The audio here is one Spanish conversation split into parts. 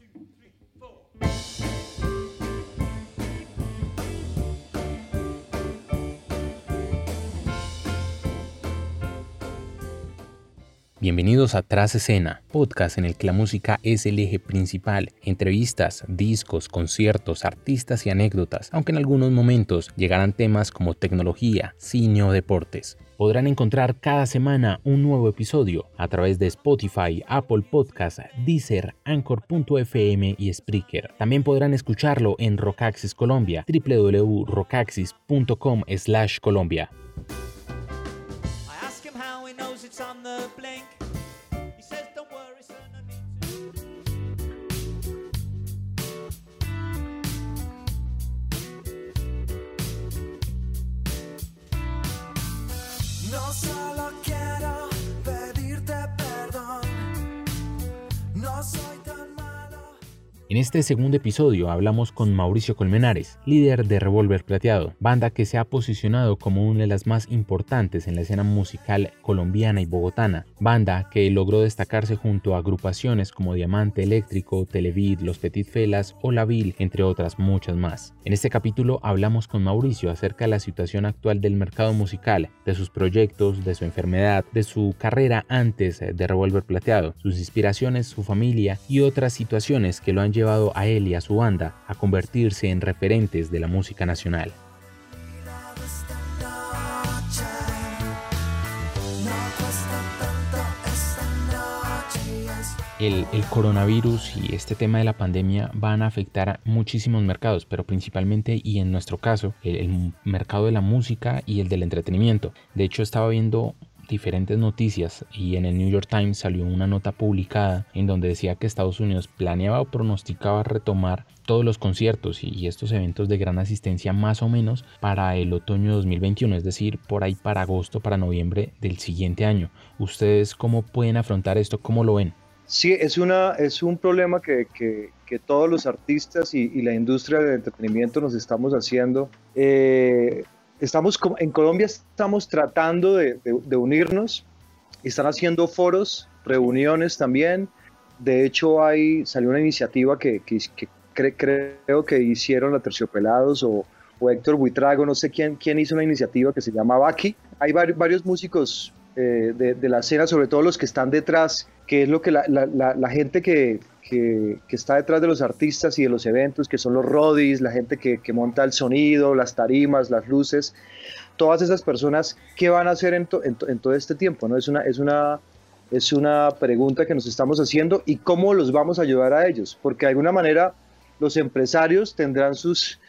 Bienvenidos a Tras Escena, podcast en el que la música es el eje principal. Entrevistas, discos, conciertos, artistas y anécdotas, aunque en algunos momentos llegarán temas como tecnología, cine o deportes. Podrán encontrar cada semana un nuevo episodio a través de Spotify, Apple Podcasts, Deezer, Anchor.fm y Spreaker. También podrán escucharlo en Rockaxis Colombia, www.rockaxis.com/Colombia. No solo quiero pedirte perdón, no soy tan malo. En este segundo episodio hablamos con Mauricio Colmenares, líder de Revólver Plateado, banda que se ha posicionado como una de las más importantes en la escena musical colombiana y bogotana, banda que logró destacarse junto a agrupaciones como Diamante Eléctrico, Televid, Los Petit Felas o La Vil, entre otras muchas más. En este capítulo hablamos con Mauricio acerca de la situación actual del mercado musical, de sus proyectos, de su enfermedad, de su carrera antes de Revólver Plateado, sus inspiraciones, su familia y otras situaciones que lo han llevado a él y a su banda a convertirse en referentes de la música nacional. El coronavirus y este tema de la pandemia van a afectar a muchísimos mercados, pero principalmente y en nuestro caso, el mercado de la música y el del entretenimiento. De hecho, estaba viendo diferentes noticias y en el New York Times salió una nota publicada en donde decía que Estados Unidos planeaba o pronosticaba retomar todos los conciertos y estos eventos de gran asistencia más o menos para el otoño 2021, es decir, por ahí para agosto, para noviembre del siguiente año. ¿Ustedes cómo pueden afrontar esto? ¿Cómo lo ven? Sí, es un problema que todos los artistas y la industria del entretenimiento nos estamos haciendo. En Colombia estamos tratando de unirnos, están haciendo foros, reuniones también. De hecho, salió una iniciativa que creo que hicieron la Terciopelados o Héctor Buitrago, no sé quién hizo una iniciativa que se llama Baki. Hay varios músicos de la escena, sobre todo los que están detrás, que es lo que la gente que está detrás de los artistas y de los eventos, que son los roadies, la gente que monta el sonido, las tarimas, las luces, todas esas personas, ¿qué van a hacer en todo este tiempo? ¿No? Es una pregunta que nos estamos haciendo, y cómo los vamos a ayudar a ellos, porque de alguna manera los empresarios tendrán sus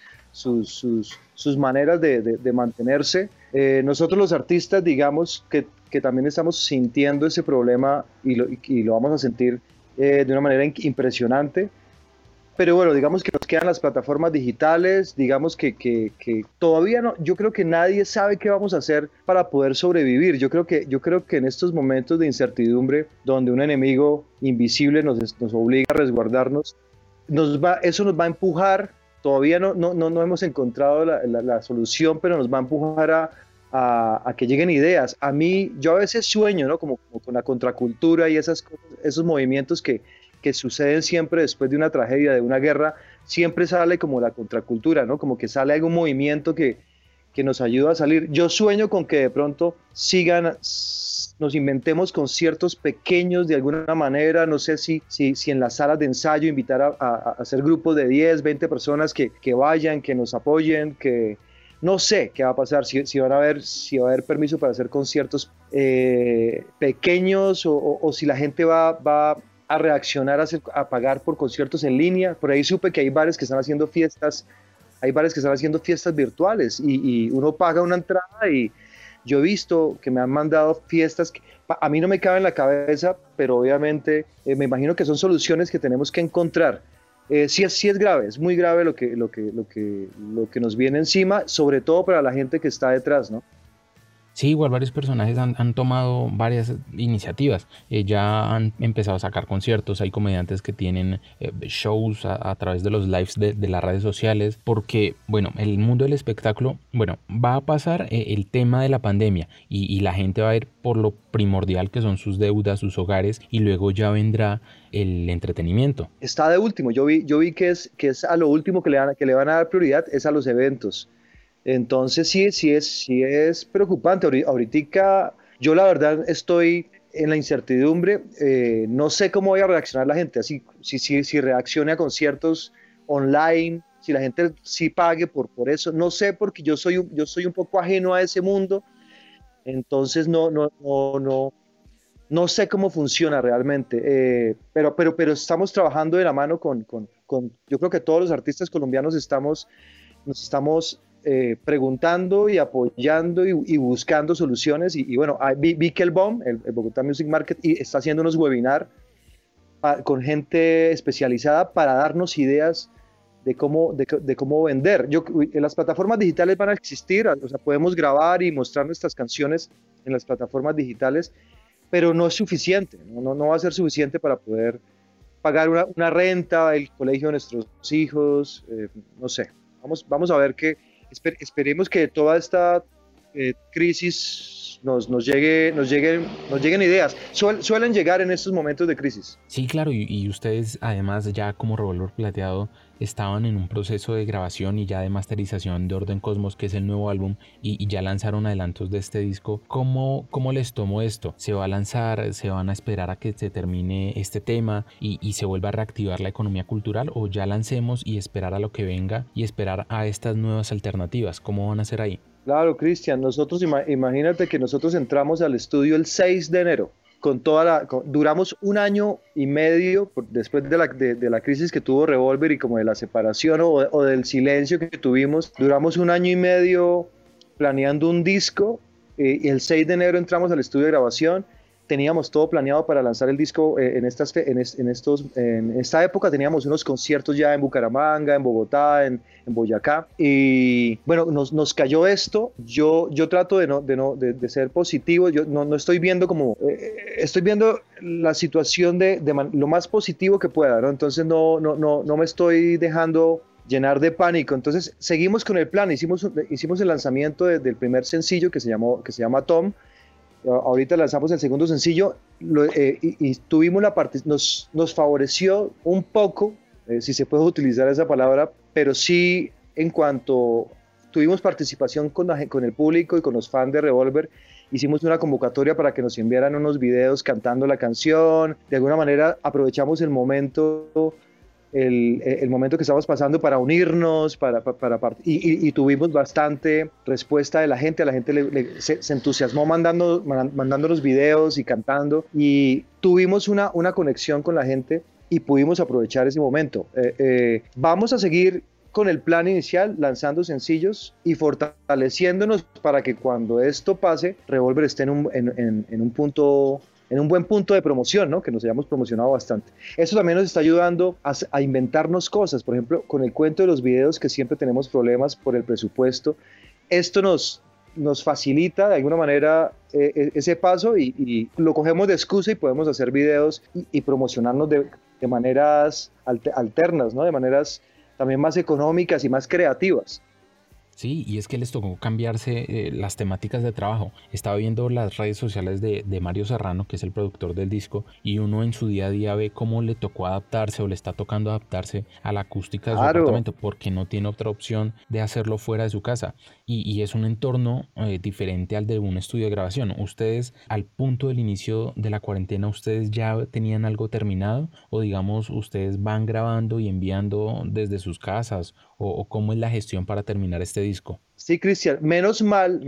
maneras de mantenerse. Nosotros los artistas, digamos que también estamos sintiendo ese problema y lo vamos a sentir de una manera impresionante, pero bueno, digamos que nos quedan las plataformas digitales, digamos que todavía no, yo creo que nadie sabe qué vamos a hacer para poder sobrevivir. Yo creo que en estos momentos de incertidumbre, donde un enemigo invisible nos obliga a resguardarnos, eso nos va a empujar. Todavía no hemos encontrado la solución, pero nos va a empujar a que lleguen ideas. Yo a veces sueño, ¿no? como con la contracultura y esas cosas, esos movimientos que suceden siempre después de una tragedia, de una guerra, siempre sale como la contracultura, ¿no? Como que sale algún movimiento que nos ayuda a salir. Yo sueño con que de pronto nos inventemos conciertos pequeños de alguna manera, no sé si en las salas de ensayo invitar a hacer grupos de 10, 20 personas que vayan, que nos apoyen, que no sé qué va a pasar, si va a haber permiso para hacer conciertos pequeños o si la gente va a reaccionar a pagar por conciertos en línea. Por ahí supe que hay bares que están haciendo fiestas virtuales y uno paga una entrada, y yo he visto que me han mandado fiestas que a mí no me cabe en la cabeza, pero obviamente me imagino que son soluciones que tenemos que encontrar. Sí es grave, es muy grave lo que nos viene encima, sobre todo para la gente que está detrás, ¿no? Sí, igual varios personajes han tomado varias iniciativas. Ya han empezado a sacar conciertos. Hay comediantes que tienen shows a través de los lives de las redes sociales. Porque, bueno, el mundo del espectáculo, bueno, va a pasar el tema de la pandemia y la gente va a ir por lo primordial que son sus deudas, sus hogares, y luego ya vendrá el entretenimiento. Está de último, yo vi que es a lo último que le van a dar prioridad, es a los eventos. Entonces sí es preocupante. Ahorita yo la verdad estoy en la incertidumbre, no sé cómo voy a reaccionar la gente, así, si reaccione a conciertos online, si la gente sí pague por eso, no sé, porque yo soy un poco ajeno a ese mundo, entonces no sé cómo funciona realmente, pero estamos trabajando de la mano yo creo que todos los artistas colombianos nos estamos preguntando y apoyando y buscando soluciones. Y bueno, vi que el Bogotá Music Market, y está haciendo unos webinars con gente especializada para darnos ideas de cómo vender. Las plataformas digitales van a existir, o sea, podemos grabar y mostrar nuestras canciones en las plataformas digitales, pero no es suficiente, no va a ser suficiente para poder pagar una renta, el colegio de nuestros hijos, no sé. Vamos a ver esperemos que toda esta crisis nos lleguen ideas. Suelen llegar en estos momentos de crisis. Sí, claro, y ustedes además ya como Revolver Plateado estaban en un proceso de grabación y ya de masterización de Orden Cosmos, que es el nuevo álbum, y ya lanzaron adelantos de este disco. ¿Cómo les tomó esto? ¿Se va a lanzar? ¿Se van a esperar a que se termine este tema y se vuelva a reactivar la economía cultural? ¿O ya lancemos y esperar a lo que venga y esperar a estas nuevas alternativas? ¿Cómo van a hacer ahí? Claro, Cristian, nosotros imagínate que nosotros entramos al estudio el 6 de enero. Duramos un año y medio después de la crisis que tuvo Revolver, y como de la separación o del silencio que tuvimos. Duramos un año y medio planeando un disco, y el 6 de enero entramos al estudio de grabación. Teníamos todo planeado para lanzar el disco en esta época. Teníamos unos conciertos ya en Bucaramanga, en Bogotá, en Boyacá. Y bueno, nos cayó esto. Yo trato de ser positivo. Yo no estoy viendo estoy viendo la situación lo más positivo que pueda, ¿no? Entonces no me estoy dejando llenar de pánico. Entonces seguimos con el plan. Hicimos el lanzamiento del primer sencillo que se llama Tom. Ahorita lanzamos el segundo sencillo, y tuvimos nos favoreció un poco, si se puede utilizar esa palabra, pero sí, en cuanto tuvimos participación con el público y con los fans de Revolver. Hicimos una convocatoria para que nos enviaran unos videos cantando la canción. De alguna manera aprovechamos el momento que estamos pasando para unirnos, y tuvimos bastante respuesta de la gente. La gente se entusiasmó mandándonos videos y cantando, y tuvimos una conexión con la gente y pudimos aprovechar ese momento. Vamos a seguir con el plan inicial, lanzando sencillos y fortaleciéndonos para que cuando esto pase, Revolver esté en un buen punto de promoción, ¿no? Que nos hayamos promocionado bastante. Eso también nos está ayudando a inventarnos cosas. Por ejemplo, con el cuento de los videos, que siempre tenemos problemas por el presupuesto, esto nos facilita de alguna manera ese paso, y lo cogemos de excusa y podemos hacer videos y promocionarnos de maneras alternas, ¿no? De maneras también más económicas y más creativas. Sí, y es que les tocó cambiarse las temáticas de trabajo. Estaba viendo las redes sociales de Mario Serrano, que es el productor del disco, y uno en su día a día ve cómo le tocó adaptarse o le está tocando adaptarse a la acústica de su apartamento, porque no tiene otra opción de hacerlo fuera de su casa. Y es un entorno diferente al de un estudio de grabación. Ustedes, al punto del inicio de la cuarentena, ¿ustedes ya tenían algo terminado? O digamos, ¿ustedes van grabando y enviando desde sus casas? ¿O cómo es la gestión para terminar este disco? Sí, Cristian, menos mal,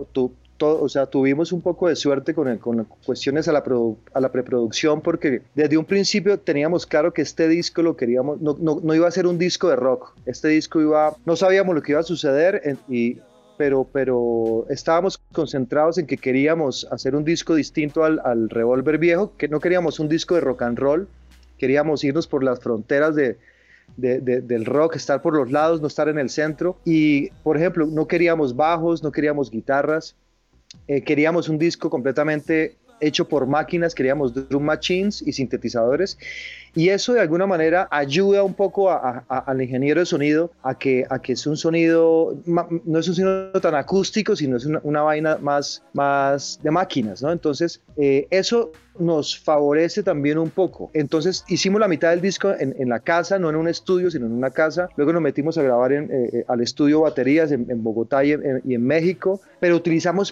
o sea, tuvimos un poco de suerte con cuestiones a la preproducción, porque desde un principio teníamos claro que este disco lo queríamos, no iba a ser un disco de rock. Este disco no sabíamos lo que iba a suceder, pero estábamos concentrados en que queríamos hacer un disco distinto al Revolver viejo, que no queríamos un disco de rock and roll, queríamos irnos por las fronteras del rock, estar por los lados, no estar en el centro. Y, por ejemplo, no queríamos bajos, no queríamos guitarras, Queríamos un disco completamente hecho por máquinas, queríamos drum machines y sintetizadores, y eso de alguna manera ayuda un poco al ingeniero de sonido a que es un sonido, no es un sonido tan acústico, sino es una vaina más de máquinas, ¿no? Entonces, eso nos favorece también un poco. Entonces, hicimos la mitad del disco en la casa, no en un estudio, sino en una casa. Luego nos metimos a grabar al estudio baterías en Bogotá y en México, pero utilizamos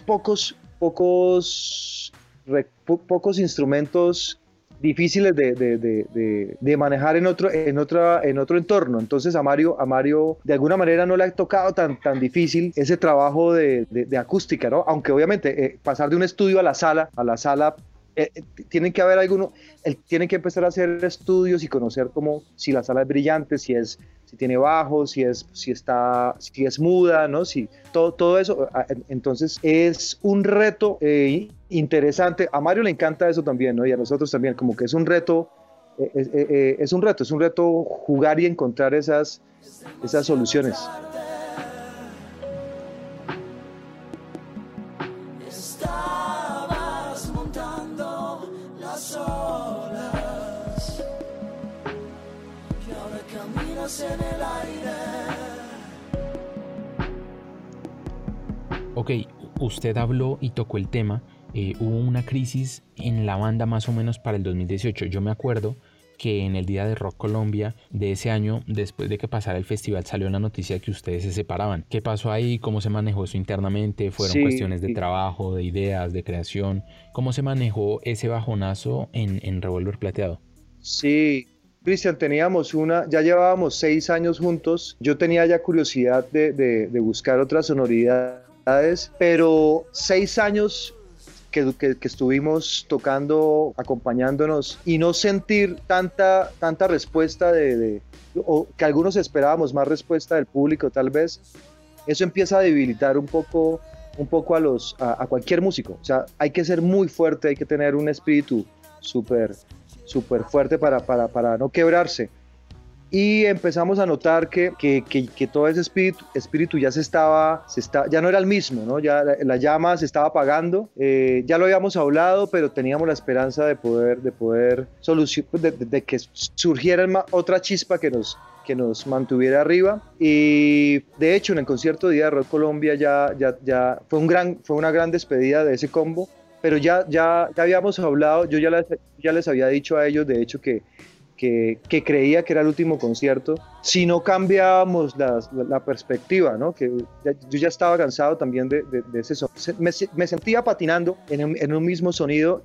pocos instrumentos difíciles de manejar en otro entorno. Entonces a Mario de alguna manera no le ha tocado tan difícil ese trabajo de acústica, ¿no? Aunque obviamente pasar de un estudio a la sala tienen que haber él tiene que empezar a hacer estudios y conocer como si la sala es brillante, si tiene bajos, si es muda, ¿no? Si todo eso. Entonces es un reto interesante. A Mario le encanta eso también, ¿no? Y a nosotros también, como que es un reto, es un reto jugar y encontrar esas soluciones. Estabas montando las olas y ahora caminas en el aire. Ok, usted habló y tocó el tema. Hubo una crisis en la banda más o menos para el 2018. Yo me acuerdo que en el Día de Rock Colombia de ese año, después de que pasara el festival, salió la noticia de que ustedes se separaban. ¿Qué pasó ahí? ¿Cómo se manejó eso internamente? ¿Fueron cuestiones de trabajo, de ideas, de creación? ¿Cómo se manejó ese bajonazo en Revolver Plateado? Sí, Cristian, ya llevábamos 6 años juntos. Yo tenía ya curiosidad de buscar otras sonoridades, pero 6 años que estuvimos tocando, acompañándonos y no sentir tanta respuesta o que algunos esperábamos más respuesta del público tal vez, eso empieza a debilitar un poco a cualquier músico. O sea, hay que ser muy fuerte, hay que tener un espíritu súper fuerte para no quebrarse. Y empezamos a notar que todo ese espíritu ya ya no era el mismo, ¿no? Ya la llama se estaba apagando. Ya lo habíamos hablado, pero teníamos la esperanza de que surgiera otra chispa que nos mantuviera arriba. Y de hecho, en el concierto de Día de Rock Colombia ya fue una gran despedida de ese combo, pero ya habíamos hablado. Yo ya les había dicho a ellos, de hecho, que creía que era el último concierto, si no cambiábamos la perspectiva, ¿no? Yo ya estaba cansado también de ese sonido. Me sentía patinando en un mismo sonido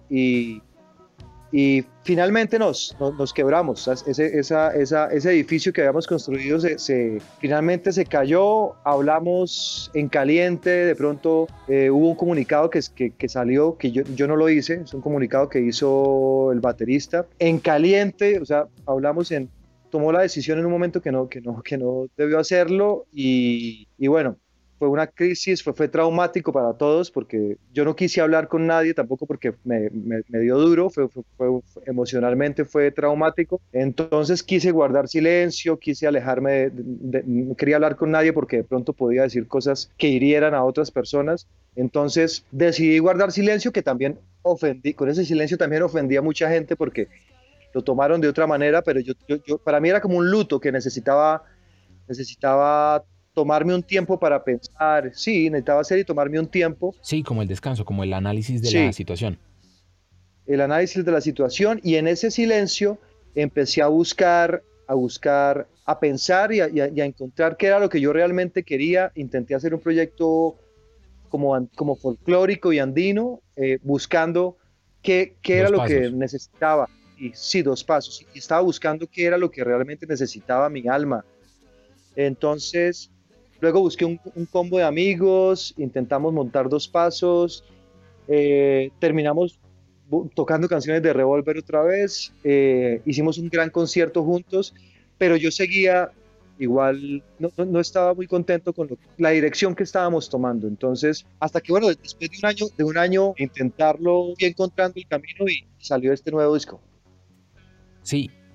y finalmente nos quebramos. Ese edificio que habíamos construido finalmente se cayó. Hablamos en caliente. De pronto hubo un comunicado que salió, que yo no lo hice. Es un comunicado que hizo el baterista en caliente. O sea, tomó la decisión en un momento que no debió hacerlo y bueno. Fue una crisis, fue traumático para todos porque yo no quise hablar con nadie, tampoco porque me dio duro, emocionalmente fue traumático. Entonces quise guardar silencio, quise alejarme, no quería hablar con nadie porque de pronto podía decir cosas que hirieran a otras personas. Entonces decidí guardar silencio, que también con ese silencio también ofendí a mucha gente porque lo tomaron de otra manera, pero para mí era como un luto que necesitaba tomarme un tiempo para pensar. Sí, necesitaba hacer y tomarme un tiempo. Sí, como el descanso, como el análisis de la situación. El análisis de la situación, y en ese silencio empecé a pensar y a encontrar qué era lo que yo realmente quería. Intenté hacer un proyecto como folclórico y andino, buscando qué era lo que necesitaba. Y sí, 2 pasos. Y estaba buscando qué era lo que realmente necesitaba mi alma. Entonces, luego busqué un combo de amigos, intentamos montar 2 pasos, terminamos tocando canciones de Revolver otra vez, hicimos un gran concierto juntos, pero yo seguía igual, no estaba muy contento con la dirección que estábamos tomando. Entonces, hasta que, bueno, después de un año intentarlo, fui encontrando el camino y salió este nuevo disco. Sí,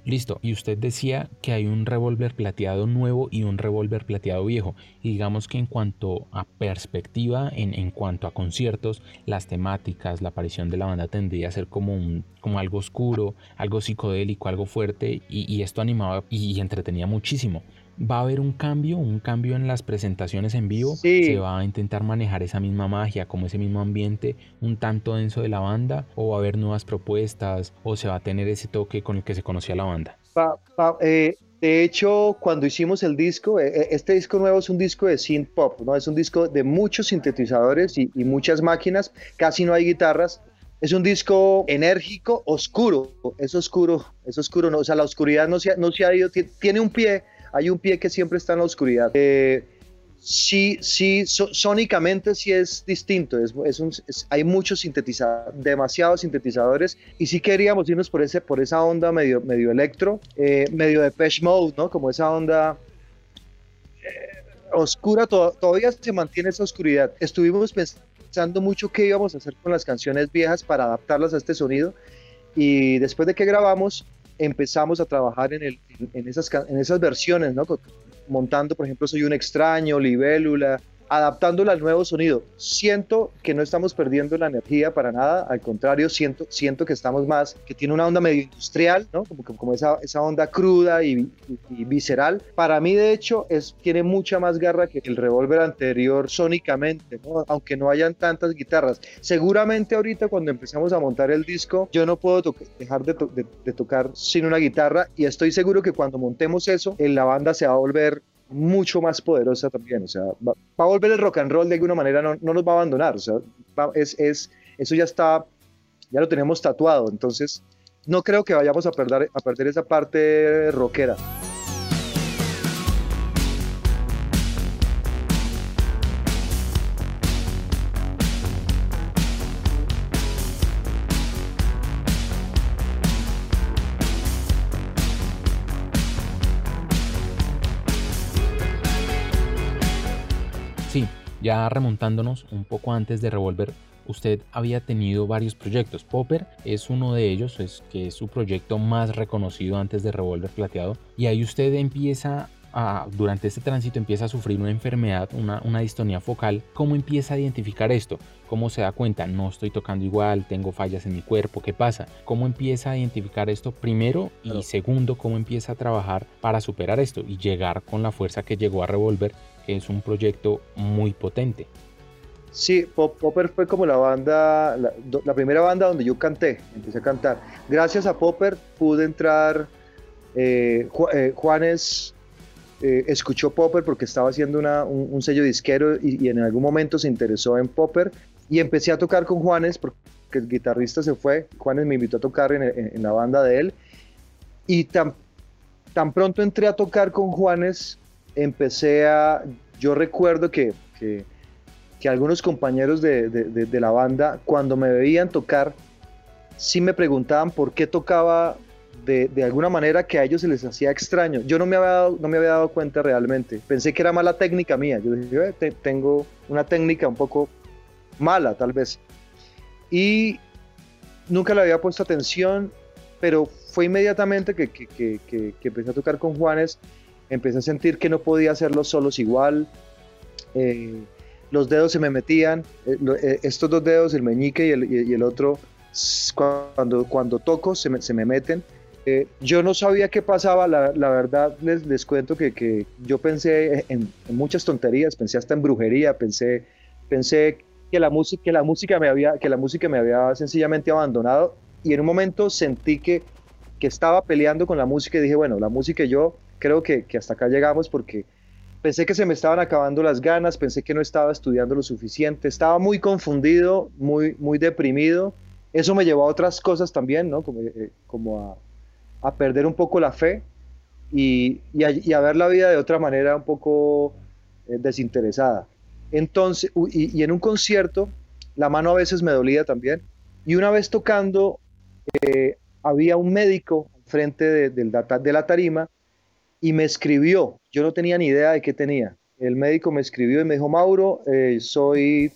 Listo, y usted decía que hay un revólver plateado nuevo y un revólver plateado viejo. Y digamos que en cuanto a perspectiva, en cuanto a conciertos, las temáticas, la aparición de la banda tendría a ser como algo oscuro, algo psicodélico, algo fuerte, y esto animaba y entretenía muchísimo. ¿Va a haber un cambio en las presentaciones en vivo? ¿Se Sí, va a intentar manejar esa misma magia, como ese mismo ambiente un tanto denso de la banda? ¿O va a haber nuevas propuestas? ¿O se va a tener ese toque con el que se conocía la banda? de hecho, cuando hicimos el disco, este disco nuevo es un disco de synth pop, ¿no? Es un disco de muchos sintetizadores y muchas máquinas, casi no hay guitarras. Es un disco enérgico, oscuro, es oscuro, no, o sea, la oscuridad no se ha ido, tiene un pie, hay un pie que siempre está en la oscuridad. Sí, sí, sónicamente sí es distinto, hay muchos sintetizadores, demasiados sintetizadores, y sí queríamos irnos por esa onda medio electro, medio Depeche Mode, ¿no? Como esa onda oscura, todavía se mantiene esa oscuridad. Estuvimos pensando mucho qué íbamos a hacer con las canciones viejas para adaptarlas a este sonido, y después de que grabamos, empezamos a trabajar en esas versiones, ¿no? Montando, por ejemplo, Soy un extraño, Libélula, adaptándola al nuevo sonido. Siento que no estamos perdiendo la energía para nada, al contrario, siento que estamos más, que tiene una onda medio industrial, ¿no? Como esa onda cruda y visceral. Para mí, de hecho, tiene mucha más garra que el revólver anterior sónicamente, ¿no? Aunque no hayan tantas guitarras. Seguramente ahorita cuando empezamos a montar el disco, yo no puedo dejar de tocar sin una guitarra, y estoy seguro que cuando montemos eso, la banda se va a volver mucho más poderosa también, o sea, va a volver el rock and roll de alguna manera, no nos va a abandonar, o sea, eso ya está, ya lo tenemos tatuado, entonces no creo que vayamos a perder esa parte rockera. Sí, ya remontándonos un poco antes de Revolver, usted había tenido varios proyectos. Popper es uno de ellos, que es su proyecto más reconocido antes de Revolver Plateado. Y ahí usted durante este tránsito empieza a sufrir una enfermedad, una distonía focal. ¿Cómo empieza a identificar esto? ¿Cómo se da cuenta? No estoy tocando igual, tengo fallas en mi cuerpo, ¿qué pasa? ¿Cómo empieza a identificar esto primero? Y segundo, ¿cómo empieza a trabajar para superar esto y llegar con la fuerza que llegó a Revolver, que es un proyecto muy potente? Sí, Popper fue como la primera banda donde yo empecé a cantar. Gracias a Popper pude entrar, Juanes escuchó Popper porque estaba haciendo un sello disquero, y en algún momento se interesó en Popper, y empecé a tocar con Juanes porque el guitarrista se fue. Juanes me invitó a tocar en la banda de él, y tan pronto entré a tocar con Juanes, yo recuerdo que algunos compañeros de la banda, cuando me veían tocar, sí me preguntaban por qué tocaba de alguna manera que a ellos se les hacía extraño. Yo no me había dado cuenta realmente. Pensé que era mala técnica mía. Yo dije, tengo una técnica un poco mala, tal vez. Y nunca le había puesto atención, pero fue inmediatamente que empecé a tocar con Juanes, empecé a sentir que no podía hacerlo solos igual. Los dedos se me metían, estos dos dedos, el meñique y el otro, cuando toco se me meten. Yo no sabía qué pasaba, la verdad les cuento que yo pensé en muchas tonterías, pensé hasta en brujería, pensé que la música me había sencillamente abandonado, y en un momento sentí que estaba peleando con la música, y dije, bueno, la música y yo creo que hasta acá llegamos, porque pensé que se me estaban acabando las ganas, pensé que no estaba estudiando lo suficiente, estaba muy confundido, muy deprimido. Eso me llevó a otras cosas también, ¿no? Como a perder un poco la fe, y a ver la vida de otra manera un poco desinteresada. Entonces, y en un concierto, la mano a veces me dolía también, y una vez tocando, había un médico frente de la tarima, y me escribió. Yo no tenía ni idea de qué tenía. El médico me escribió y me dijo, Mauro, soy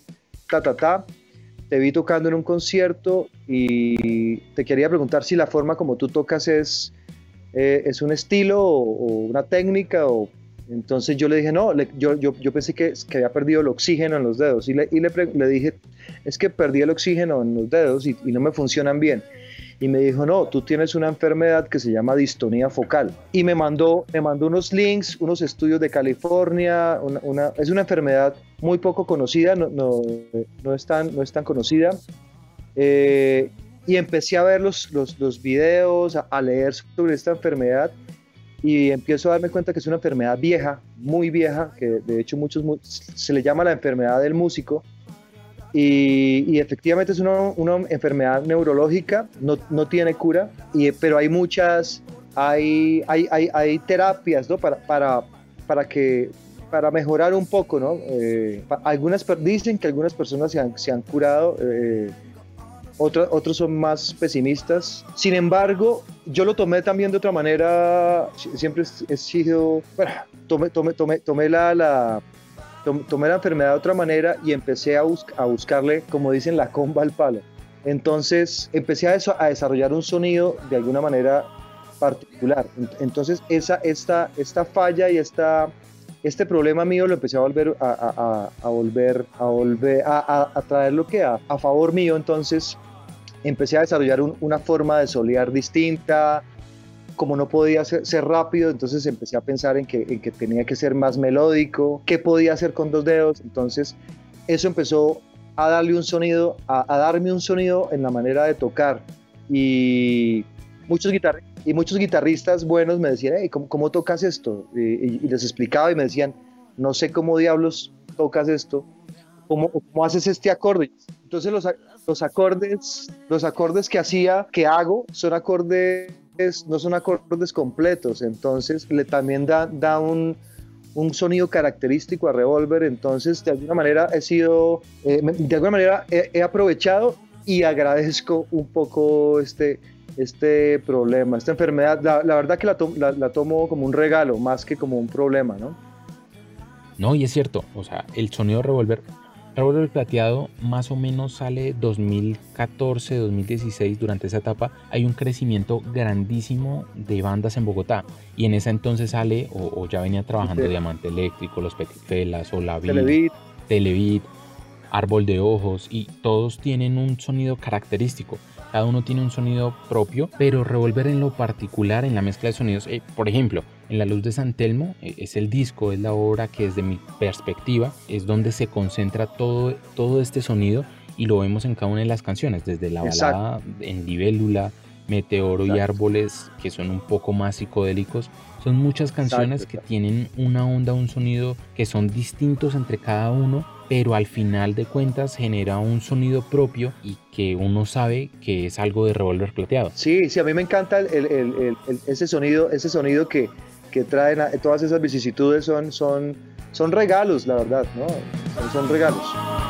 te vi tocando en un concierto y te quería preguntar si la forma como tú tocas es un estilo o una técnica. Entonces yo le dije, no, yo pensé que había perdido el oxígeno en los dedos le dije, es que perdí el oxígeno en los dedos y no me funcionan bien. Y me dijo, no, tú tienes una enfermedad que se llama distonía focal. Y me mandó unos links, unos estudios de California. Es una enfermedad muy poco conocida, no es tan conocida. Y empecé a ver los videos, a leer sobre esta enfermedad. Y empiezo a darme cuenta que es una enfermedad vieja, muy vieja, que de hecho se le llama la enfermedad del músico. Y efectivamente es una enfermedad neurológica, no tiene cura, pero hay hay terapias, ¿no? para mejorar un poco, ¿no? Dicen que algunas personas se han curado, otros son más pesimistas. Sin embargo, yo lo tomé también de otra manera. Siempre he sido, bueno, tomé la enfermedad de otra manera y empecé a buscarle, como dicen, la comba al palo. Entonces empecé a desarrollar un sonido de alguna manera particular. Entonces esta falla y este problema mío lo empecé a volver a traer lo que a favor mío. Entonces empecé a desarrollar una forma de solear distinta. Como no podía ser rápido, entonces empecé a pensar en que tenía que ser más melódico, qué podía hacer con 2 dedos. Entonces eso empezó a darme un sonido en la manera de tocar. Y muchos guitarristas buenos me decían, hey, ¿cómo tocas esto? Y les explicaba y me decían, no sé cómo diablos tocas esto, ¿cómo haces este acorde? Entonces los acordes que hago son acordes, no son acordes completos. Entonces también da un sonido característico a Revolver. Entonces de alguna manera he aprovechado y agradezco un poco este problema, esta enfermedad. La verdad que la tomo como un regalo más que como un problema, ¿no? No, y es cierto, o sea, el sonido Revolver Plateado más o menos sale 2014, 2016. Durante esa etapa hay un crecimiento grandísimo de bandas en Bogotá, y en ese entonces sale o ya venía trabajando Diamante Eléctrico, Los Petit Felas, Televid, Árbol de Ojos, y todos tienen un sonido característico. Cada uno tiene un sonido propio, pero Revolver en lo particular, en la mezcla de sonidos, por ejemplo, en La Luz de San Telmo, es el disco, es la obra que desde mi perspectiva es donde se concentra todo este sonido, y lo vemos en cada una de las canciones, desde la balada en Libélula, Meteoro y Árboles, que son un poco más psicodélicos. Son muchas canciones que tienen una onda, un sonido que son distintos entre cada uno, pero al final de cuentas genera un sonido propio y que uno sabe que es algo de Revolver Plateado. Sí, a mí me encanta ese sonido que traen todas esas vicisitudes. Son regalos, la verdad, ¿no? Son regalos.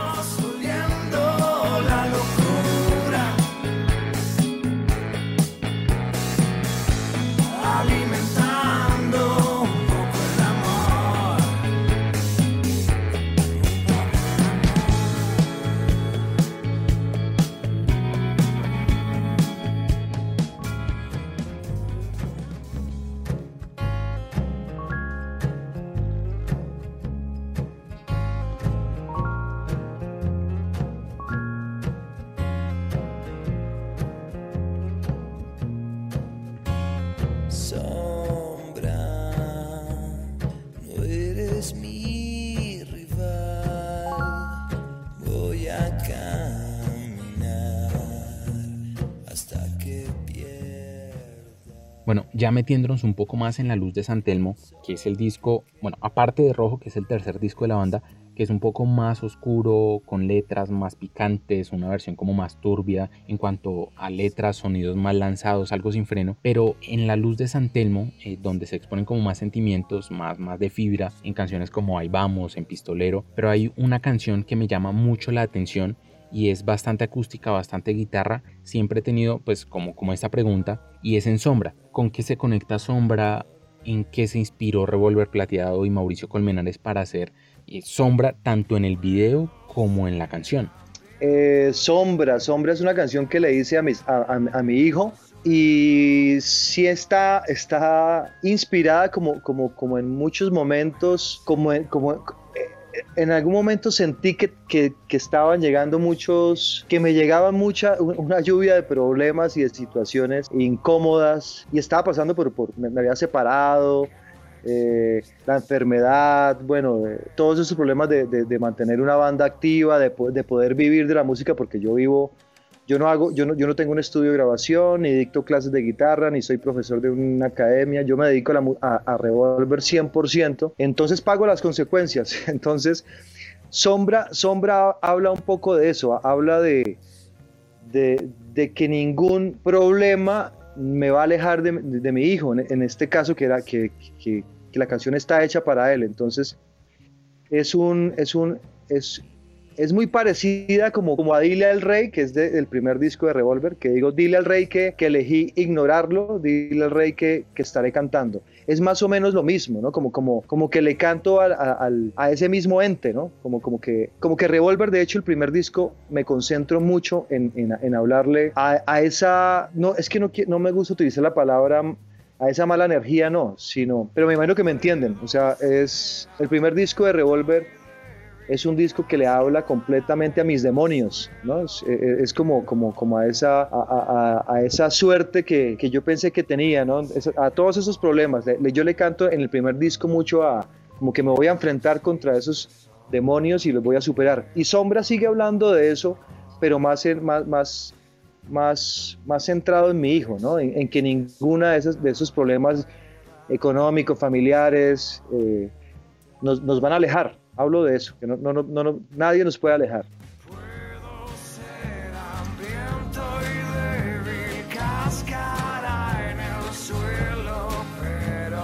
Bueno, ya metiéndonos un poco más en La Luz de San Telmo, que es el disco, bueno, aparte de Rojo, que es el tercer disco de la banda, que es un poco más oscuro, con letras más picantes, una versión como más turbia en cuanto a letras, sonidos más lanzados, algo sin freno. Pero en La Luz de San Telmo, donde se exponen como más sentimientos, más de fibra, en canciones como Ahí Vamos, en Pistolero, pero hay una canción que me llama mucho la atención y es bastante acústica, bastante guitarra. Siempre he tenido pues como esta pregunta, y es En Sombra. ¿Con qué se conecta Sombra? ¿En qué se inspiró Revolver Plateado y Mauricio Colmenares para hacer Sombra, tanto en el video como en la canción? Sombra es una canción que le hice a mi hijo y sí está inspirada como en muchos momentos, en algún momento sentí que estaban llegando que me llegaba una lluvia de problemas y de situaciones incómodas, y estaba pasando me había separado, la enfermedad, bueno, todos esos problemas de mantener una banda activa, de poder vivir de la música, porque yo no tengo un estudio de grabación, ni dicto clases de guitarra, ni soy profesor de una academia. Yo me dedico a Revolver 100%, entonces pago las consecuencias. Entonces, Sombra habla un poco de eso, habla de que ningún problema me va a alejar de mi hijo, en este caso que la canción está hecha para él. Entonces, es un, es un, es muy parecida como a Dile al Rey, que es del primer disco de Revolver, que digo, dile al rey que elegí ignorarlo, dile al rey que estaré cantando. Es más o menos lo mismo, ¿no? Como que le canto a ese mismo ente, ¿no? Como que Revolver, de hecho, el primer disco, me concentro mucho en hablarle a esa, no, es que no me gusta utilizar la palabra a esa mala energía, no, pero me imagino que me entienden. O sea, es el primer disco de Revolver. Es un disco que le habla completamente a mis demonios, ¿no? Es como a esa suerte que yo pensé que tenía, ¿no? A todos esos problemas. Yo le canto en el primer disco mucho como que me voy a enfrentar contra esos demonios y los voy a superar. Y Sombra sigue hablando de eso, pero más centrado en mi hijo, ¿no? En que ninguna de esos problemas económicos, familiares, nos van a alejar. Hablo de eso, que nadie nos puede alejar. Puedo ser hambriento y débil, cáscara en el suelo, pero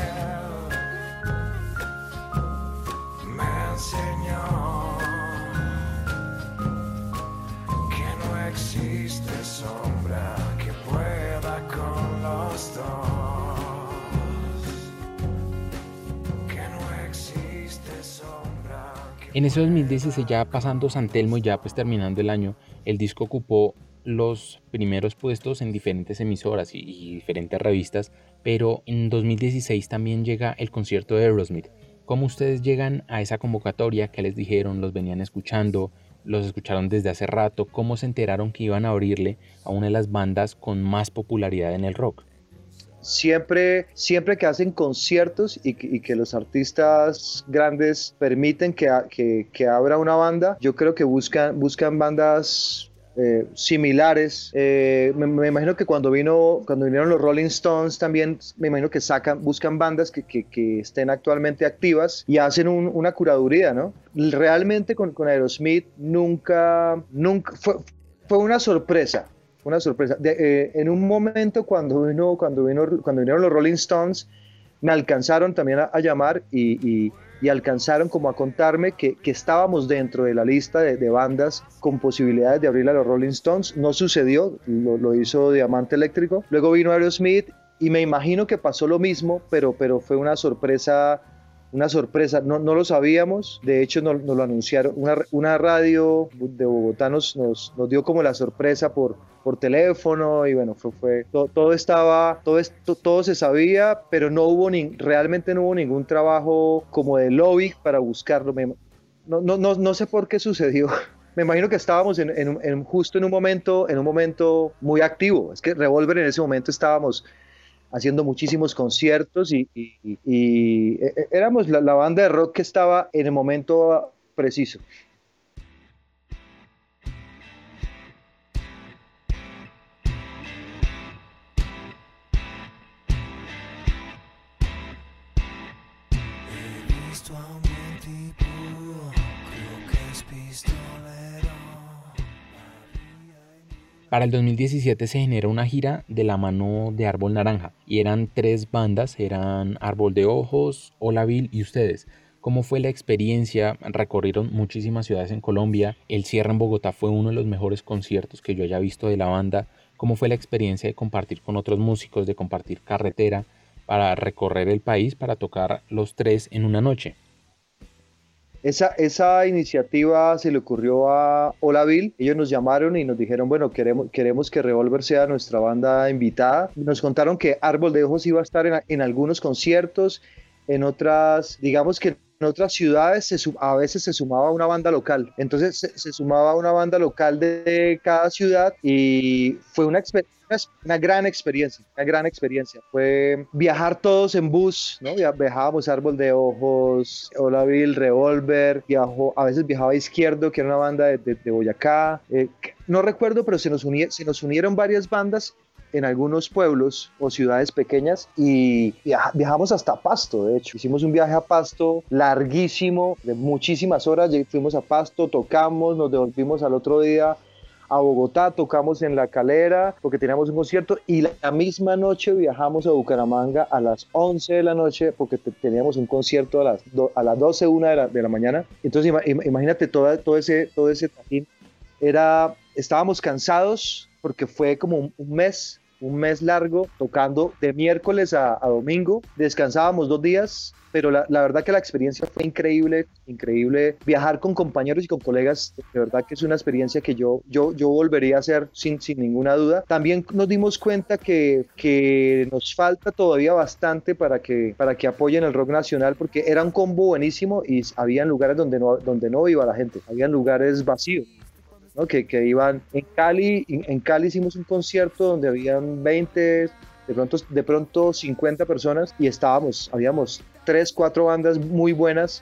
él me enseñó que no existe sombra que pueda con los dos. En ese 2016, ya pasando San Telmo y ya pues terminando el año, el disco ocupó los primeros puestos en diferentes emisoras y diferentes revistas, pero en 2016 también llega el concierto de Aerosmith. ¿Cómo ustedes llegan a esa convocatoria? ¿Qué les dijeron? ¿Los venían escuchando? ¿Los escucharon desde hace rato? ¿Cómo se enteraron que iban a abrirle a una de las bandas con más popularidad en el rock? Siempre que hacen conciertos y que los artistas grandes permiten que abra una banda, yo creo que buscan bandas similares. Me imagino que cuando vinieron los Rolling Stones también, me imagino que buscan bandas que estén actualmente activas y hacen una curaduría, ¿no? Realmente con Aerosmith nunca fue una sorpresa. En un momento cuando vinieron los Rolling Stones, me alcanzaron también a llamar y alcanzaron como a contarme que estábamos dentro de la lista de bandas con posibilidades de abrirle a los Rolling Stones. No sucedió, lo hizo Diamante Eléctrico. Luego vino Aerosmith y me imagino que pasó lo mismo, pero fue una sorpresa. No lo sabíamos, de hecho nos lo anunciaron, una radio de Bogotá nos dio como la sorpresa por teléfono, y bueno, todo se sabía, pero realmente no hubo ningún trabajo como de lobby para buscarlo. No sé por qué sucedió. Me imagino que estábamos justo en un momento muy activo. Es que Revolver en ese momento estábamos haciendo muchísimos conciertos y éramos la banda de rock que estaba en el momento preciso. He visto a un buen tipo, creo que es pistolero. Para el 2017 se generó una gira de la mano de Árbol Naranja y eran 3 bandas, eran Árbol de Ojos, Hola Bill y ustedes. ¿Cómo fue la experiencia? Recorrieron muchísimas ciudades en Colombia, el cierre en Bogotá fue uno de los mejores conciertos que yo haya visto de la banda. ¿Cómo fue la experiencia de compartir con otros músicos, de compartir carretera para recorrer el país, para tocar los 3 en una noche? Esa iniciativa se le ocurrió a Olaville. Ellos nos llamaron y nos dijeron, bueno, queremos que Revolver sea nuestra banda invitada. Nos contaron que Árbol de Ojos iba a estar en algunos conciertos, en otras, digamos que en otras ciudades a veces se sumaba una banda local. Entonces se sumaba una banda local de cada ciudad y fue una gran experiencia, una gran experiencia. Fue viajar todos en bus, ¿no? Viajábamos Árbol de Ojos, Olaville, Revolver, a veces viajaba Izquierdo, que era una banda de Boyacá. No recuerdo, pero se nos unieron varias bandas en algunos pueblos o ciudades pequeñas y viajamos hasta Pasto. De hecho, hicimos un viaje a Pasto larguísimo, de muchísimas horas. Fuimos a Pasto, tocamos, nos devolvimos al otro día a Bogotá, tocamos en La Calera porque teníamos un concierto y la misma noche viajamos a Bucaramanga a las 11 de la noche porque teníamos un concierto a las 12, 1 de la mañana. Entonces imagínate todo ese tajín. Estábamos cansados porque fue como un mes largo, tocando de miércoles a domingo. Descansábamos 2 días, pero la verdad que la experiencia fue increíble, increíble. Viajar con compañeros y con colegas, de verdad que es una experiencia que yo volvería a hacer sin ninguna duda. También nos dimos cuenta que nos falta todavía bastante para que apoyen el rock nacional, porque era un combo buenísimo y había lugares donde no iba la gente, habían lugares vacíos, ¿no? Que iban en Cali hicimos un concierto donde habían 20, de pronto 50 personas y habíamos 3, 4 bandas muy buenas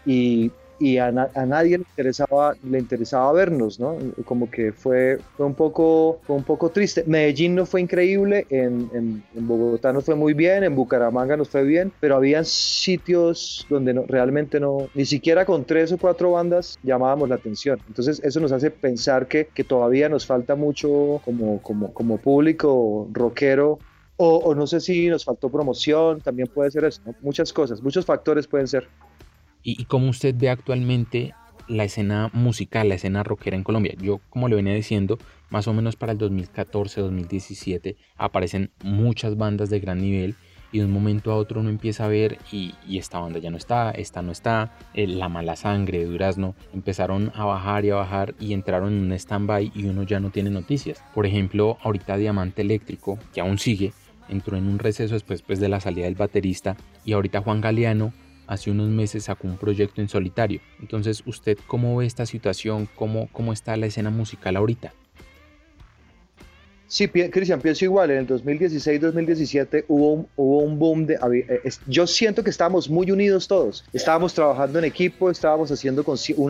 y a nadie le interesaba vernos, ¿no? Como que fue un poco triste. Medellín no fue increíble, en Bogotá nos fue muy bien, en Bucaramanga nos fue bien, pero había sitios donde realmente ni siquiera con 3 o 4 bandas llamábamos la atención. Entonces eso nos hace pensar que todavía nos falta mucho como público rockero. O no sé si nos faltó promoción, también puede ser eso, ¿no? Muchas cosas, muchos factores pueden ser. ¿Y cómo usted ve actualmente la escena musical, la escena rockera en Colombia? Yo, como le venía diciendo, más o menos para el 2014-2017 aparecen muchas bandas de gran nivel y de un momento a otro uno empieza a ver y esta banda ya no está, esta no está, La Mala Sangre de Durazno empezaron a bajar y entraron en un stand-by y uno ya no tiene noticias. Por ejemplo, ahorita Diamante Eléctrico, que aún sigue, entró en un receso después pues, de la salida del baterista, y ahorita Juan Galeano hace unos meses sacó un proyecto en solitario. Entonces, ¿usted cómo ve esta situación? ¿Cómo está la escena musical ahorita? Sí, Cristian, pienso igual. En el 2016-2017 hubo un boom yo siento que estábamos muy unidos todos. Estábamos trabajando en equipo, estábamos haciendo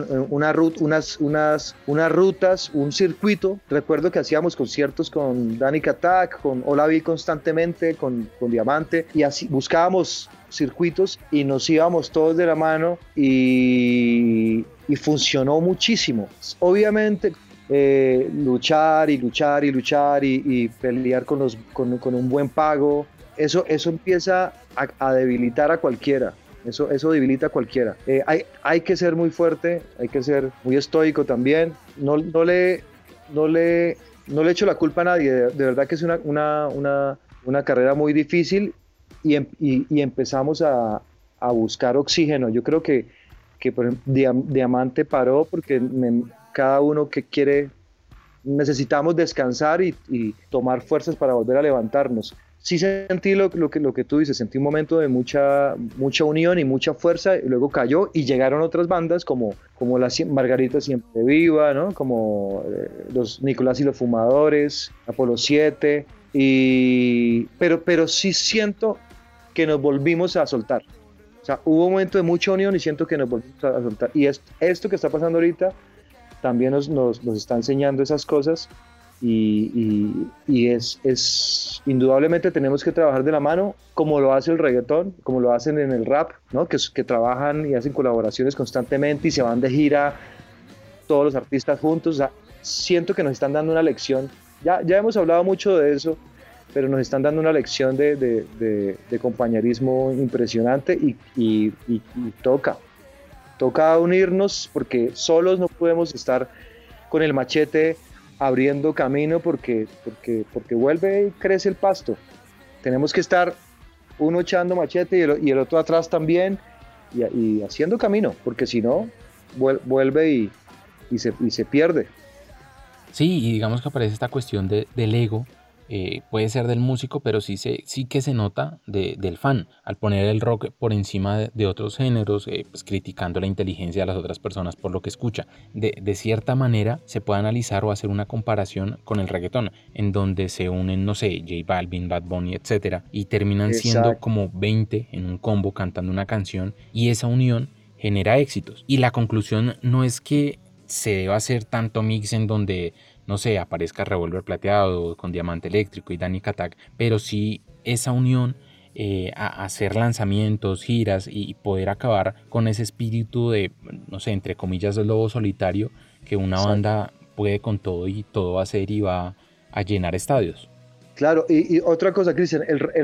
unas rutas, un circuito. Recuerdo que hacíamos conciertos con Danica Attack, con Olavi constantemente, con Diamante, y así buscábamos circuitos y nos íbamos todos de la mano y funcionó muchísimo. Obviamente, luchar y pelear con un buen pago, eso empieza a debilitar a cualquiera. Eso debilita a cualquiera. Hay que ser muy fuerte, hay que ser muy estoico también. No le echo la culpa a nadie. De verdad que es una carrera muy difícil y empezamos a buscar oxígeno. Yo creo que por ejemplo, Diamante paró porque cada uno que quiere, necesitamos descansar y tomar fuerzas para volver a levantarnos. Sí sentí lo que tú dices, sentí un momento de mucha unión y mucha fuerza, y luego cayó y llegaron otras bandas como Margarita Siempre Viva, ¿no? Como los Nicolás y los Fumadores, Apolo 7, pero sí siento que nos volvimos a soltar. O sea, hubo un momento de mucha unión y siento que nos volvimos a soltar. Y esto que está pasando ahorita también nos está enseñando esas cosas y indudablemente tenemos que trabajar de la mano, como lo hace el reggaetón, como lo hacen en el rap, ¿no? que trabajan y hacen colaboraciones constantemente y se van de gira todos los artistas juntos. O sea, siento que nos están dando una lección, ya hemos hablado mucho de eso, pero nos están dando una lección de compañerismo impresionante y toca unirnos, porque solos no podemos estar con el machete abriendo camino porque vuelve y crece el pasto. Tenemos que estar uno echando machete y el otro atrás también y haciendo camino, porque si no, vuelve y se pierde. Sí, y digamos que aparece esta cuestión del ego, puede ser del músico, pero sí que se nota del fan, al poner el rock por encima de otros géneros, pues criticando la inteligencia de las otras personas por lo que escucha. De cierta manera se puede analizar o hacer una comparación con el reggaetón, en donde se unen, no sé, J Balvin, Bad Bunny, etcétera, y terminan siendo Exacto. como 20 en un combo cantando una canción, y esa unión genera éxitos. Y la conclusión no es que se deba hacer tanto mix en donde, no sé, aparezca Revolver Plateado con Diamante Eléctrico y Dani Katak, pero sí esa unión, a hacer lanzamientos, giras y poder acabar con ese espíritu de, no sé, entre comillas, del lobo solitario, que una Exacto. banda puede con todo y todo va a hacer y va a llenar estadios. Claro, y otra cosa, Cristian,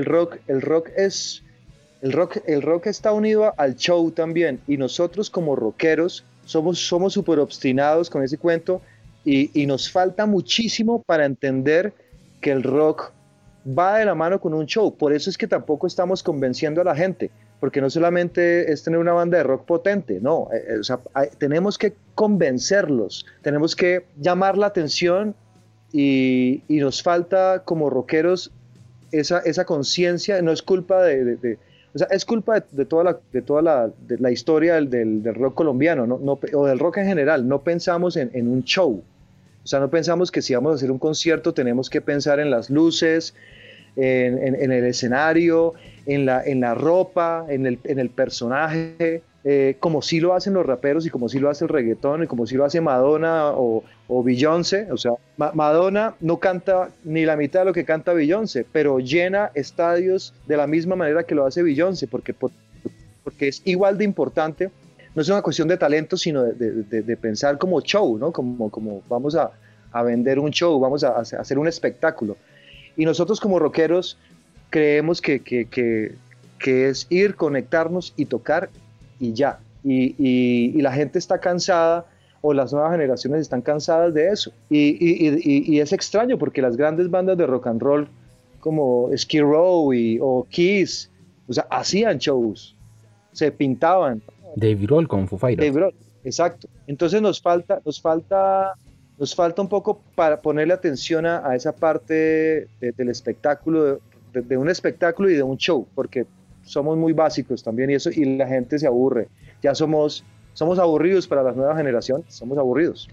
el rock está unido al show también, y nosotros como rockeros somos súper obstinados con ese cuento, y nos falta muchísimo para entender que el rock va de la mano con un show. Por eso es que tampoco estamos convenciendo a la gente, porque no solamente es tener una banda de rock potente, no, o sea, tenemos que convencerlos, tenemos que llamar la atención, y nos falta como rockeros esa conciencia. No es culpa o sea, es culpa de la historia del rock colombiano, o del rock en general. No pensamos en un show. O sea, no pensamos que si vamos a hacer un concierto tenemos que pensar en las luces, en el escenario, en la ropa, en el personaje, como sí lo hacen los raperos y como sí lo hace el reggaetón y como sí lo hace Madonna o Beyoncé. O sea, Madonna no canta ni la mitad de lo que canta Beyoncé, pero llena estadios de la misma manera que lo hace Beyoncé, porque es igual de importante. No es una cuestión de talento, sino de pensar como show, ¿no? Como vamos a vender un show, vamos a hacer un espectáculo. Y nosotros como rockeros creemos que es ir, conectarnos y tocar y ya. Y la gente está cansada, o las nuevas generaciones están cansadas de eso. Y es extraño porque las grandes bandas de rock and roll como Skid Row o Kiss, o sea, hacían shows, se pintaban. Dave Grohl con Foo Dave Fighters. Grohl, exacto. Entonces nos falta un poco para ponerle atención a esa parte del espectáculo, de un espectáculo y de un show, porque somos muy básicos también, y la gente se aburre. Ya somos aburridos para las nuevas generaciones, somos aburridos.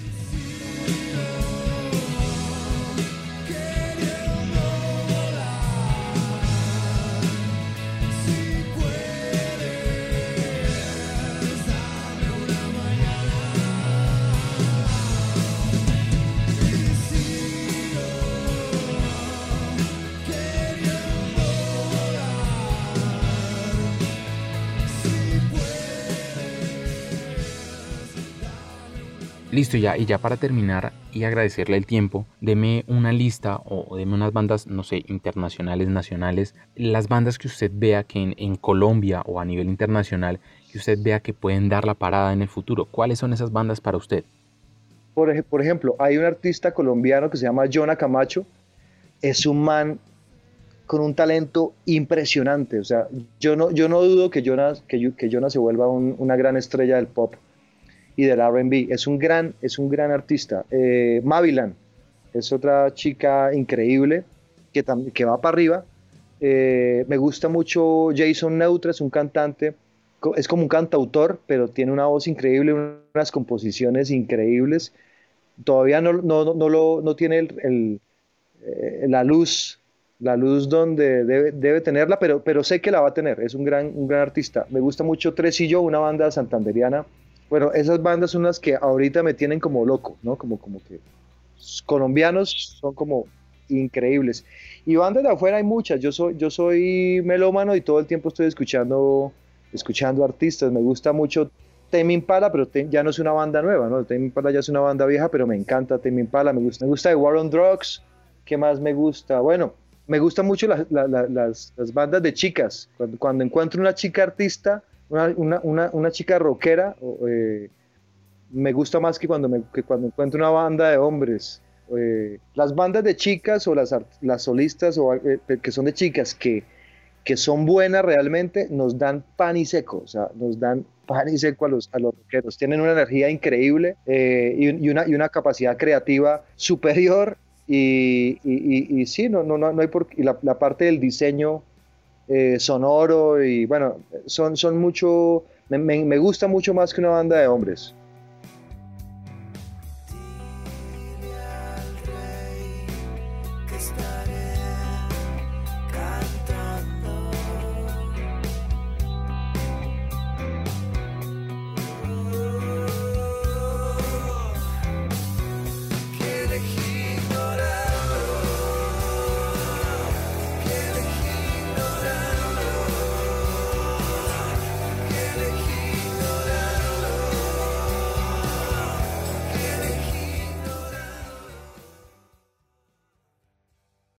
Listo, ya, y ya para terminar y agradecerle el tiempo, deme una lista o deme unas bandas, no sé, internacionales, nacionales, las bandas que usted vea que en Colombia o a nivel internacional, que usted vea que pueden dar la parada en el futuro. ¿Cuáles son esas bandas para usted? Por ejemplo, hay un artista colombiano que se llama Jonah Camacho. Es un man con un talento impresionante. O sea, yo no dudo que Jonas se vuelva una gran estrella del pop y del R&B. Es un gran artista. Mavilan es otra chica increíble que va para arriba. Me gusta mucho Jason Neutra, es un cantante, es como un cantautor, pero tiene una voz increíble, unas composiciones increíbles. Todavía no tiene la luz donde debe tenerla, pero sé que la va a tener. Es un gran artista. Me gusta mucho Tresillo, una banda santanderiana. Bueno, esas bandas son las que ahorita me tienen como loco, ¿no? Como que colombianos son como increíbles. Y bandas de afuera hay muchas. Yo soy melómano y todo el tiempo estoy escuchando artistas. Me gusta mucho Tame Impala, pero ya no es una banda nueva, ¿no? Tame Impala ya es una banda vieja, pero me encanta Tame Impala. Me gusta The War on Drugs. ¿Qué más me gusta? Bueno, me gustan mucho las bandas de chicas. Cuando encuentro una chica artista, una chica rockera, me gusta más que cuando encuentro una banda de hombres. Las bandas de chicas o las solistas que son de chicas, que son buenas realmente, nos dan pan y seco, o sea, nos dan pan y seco a los rockeros. Tienen una energía increíble y una capacidad creativa superior y sí, no hay por qué. Y la parte del diseño sonoro y bueno, son mucho, me gusta mucho más que una banda de hombres.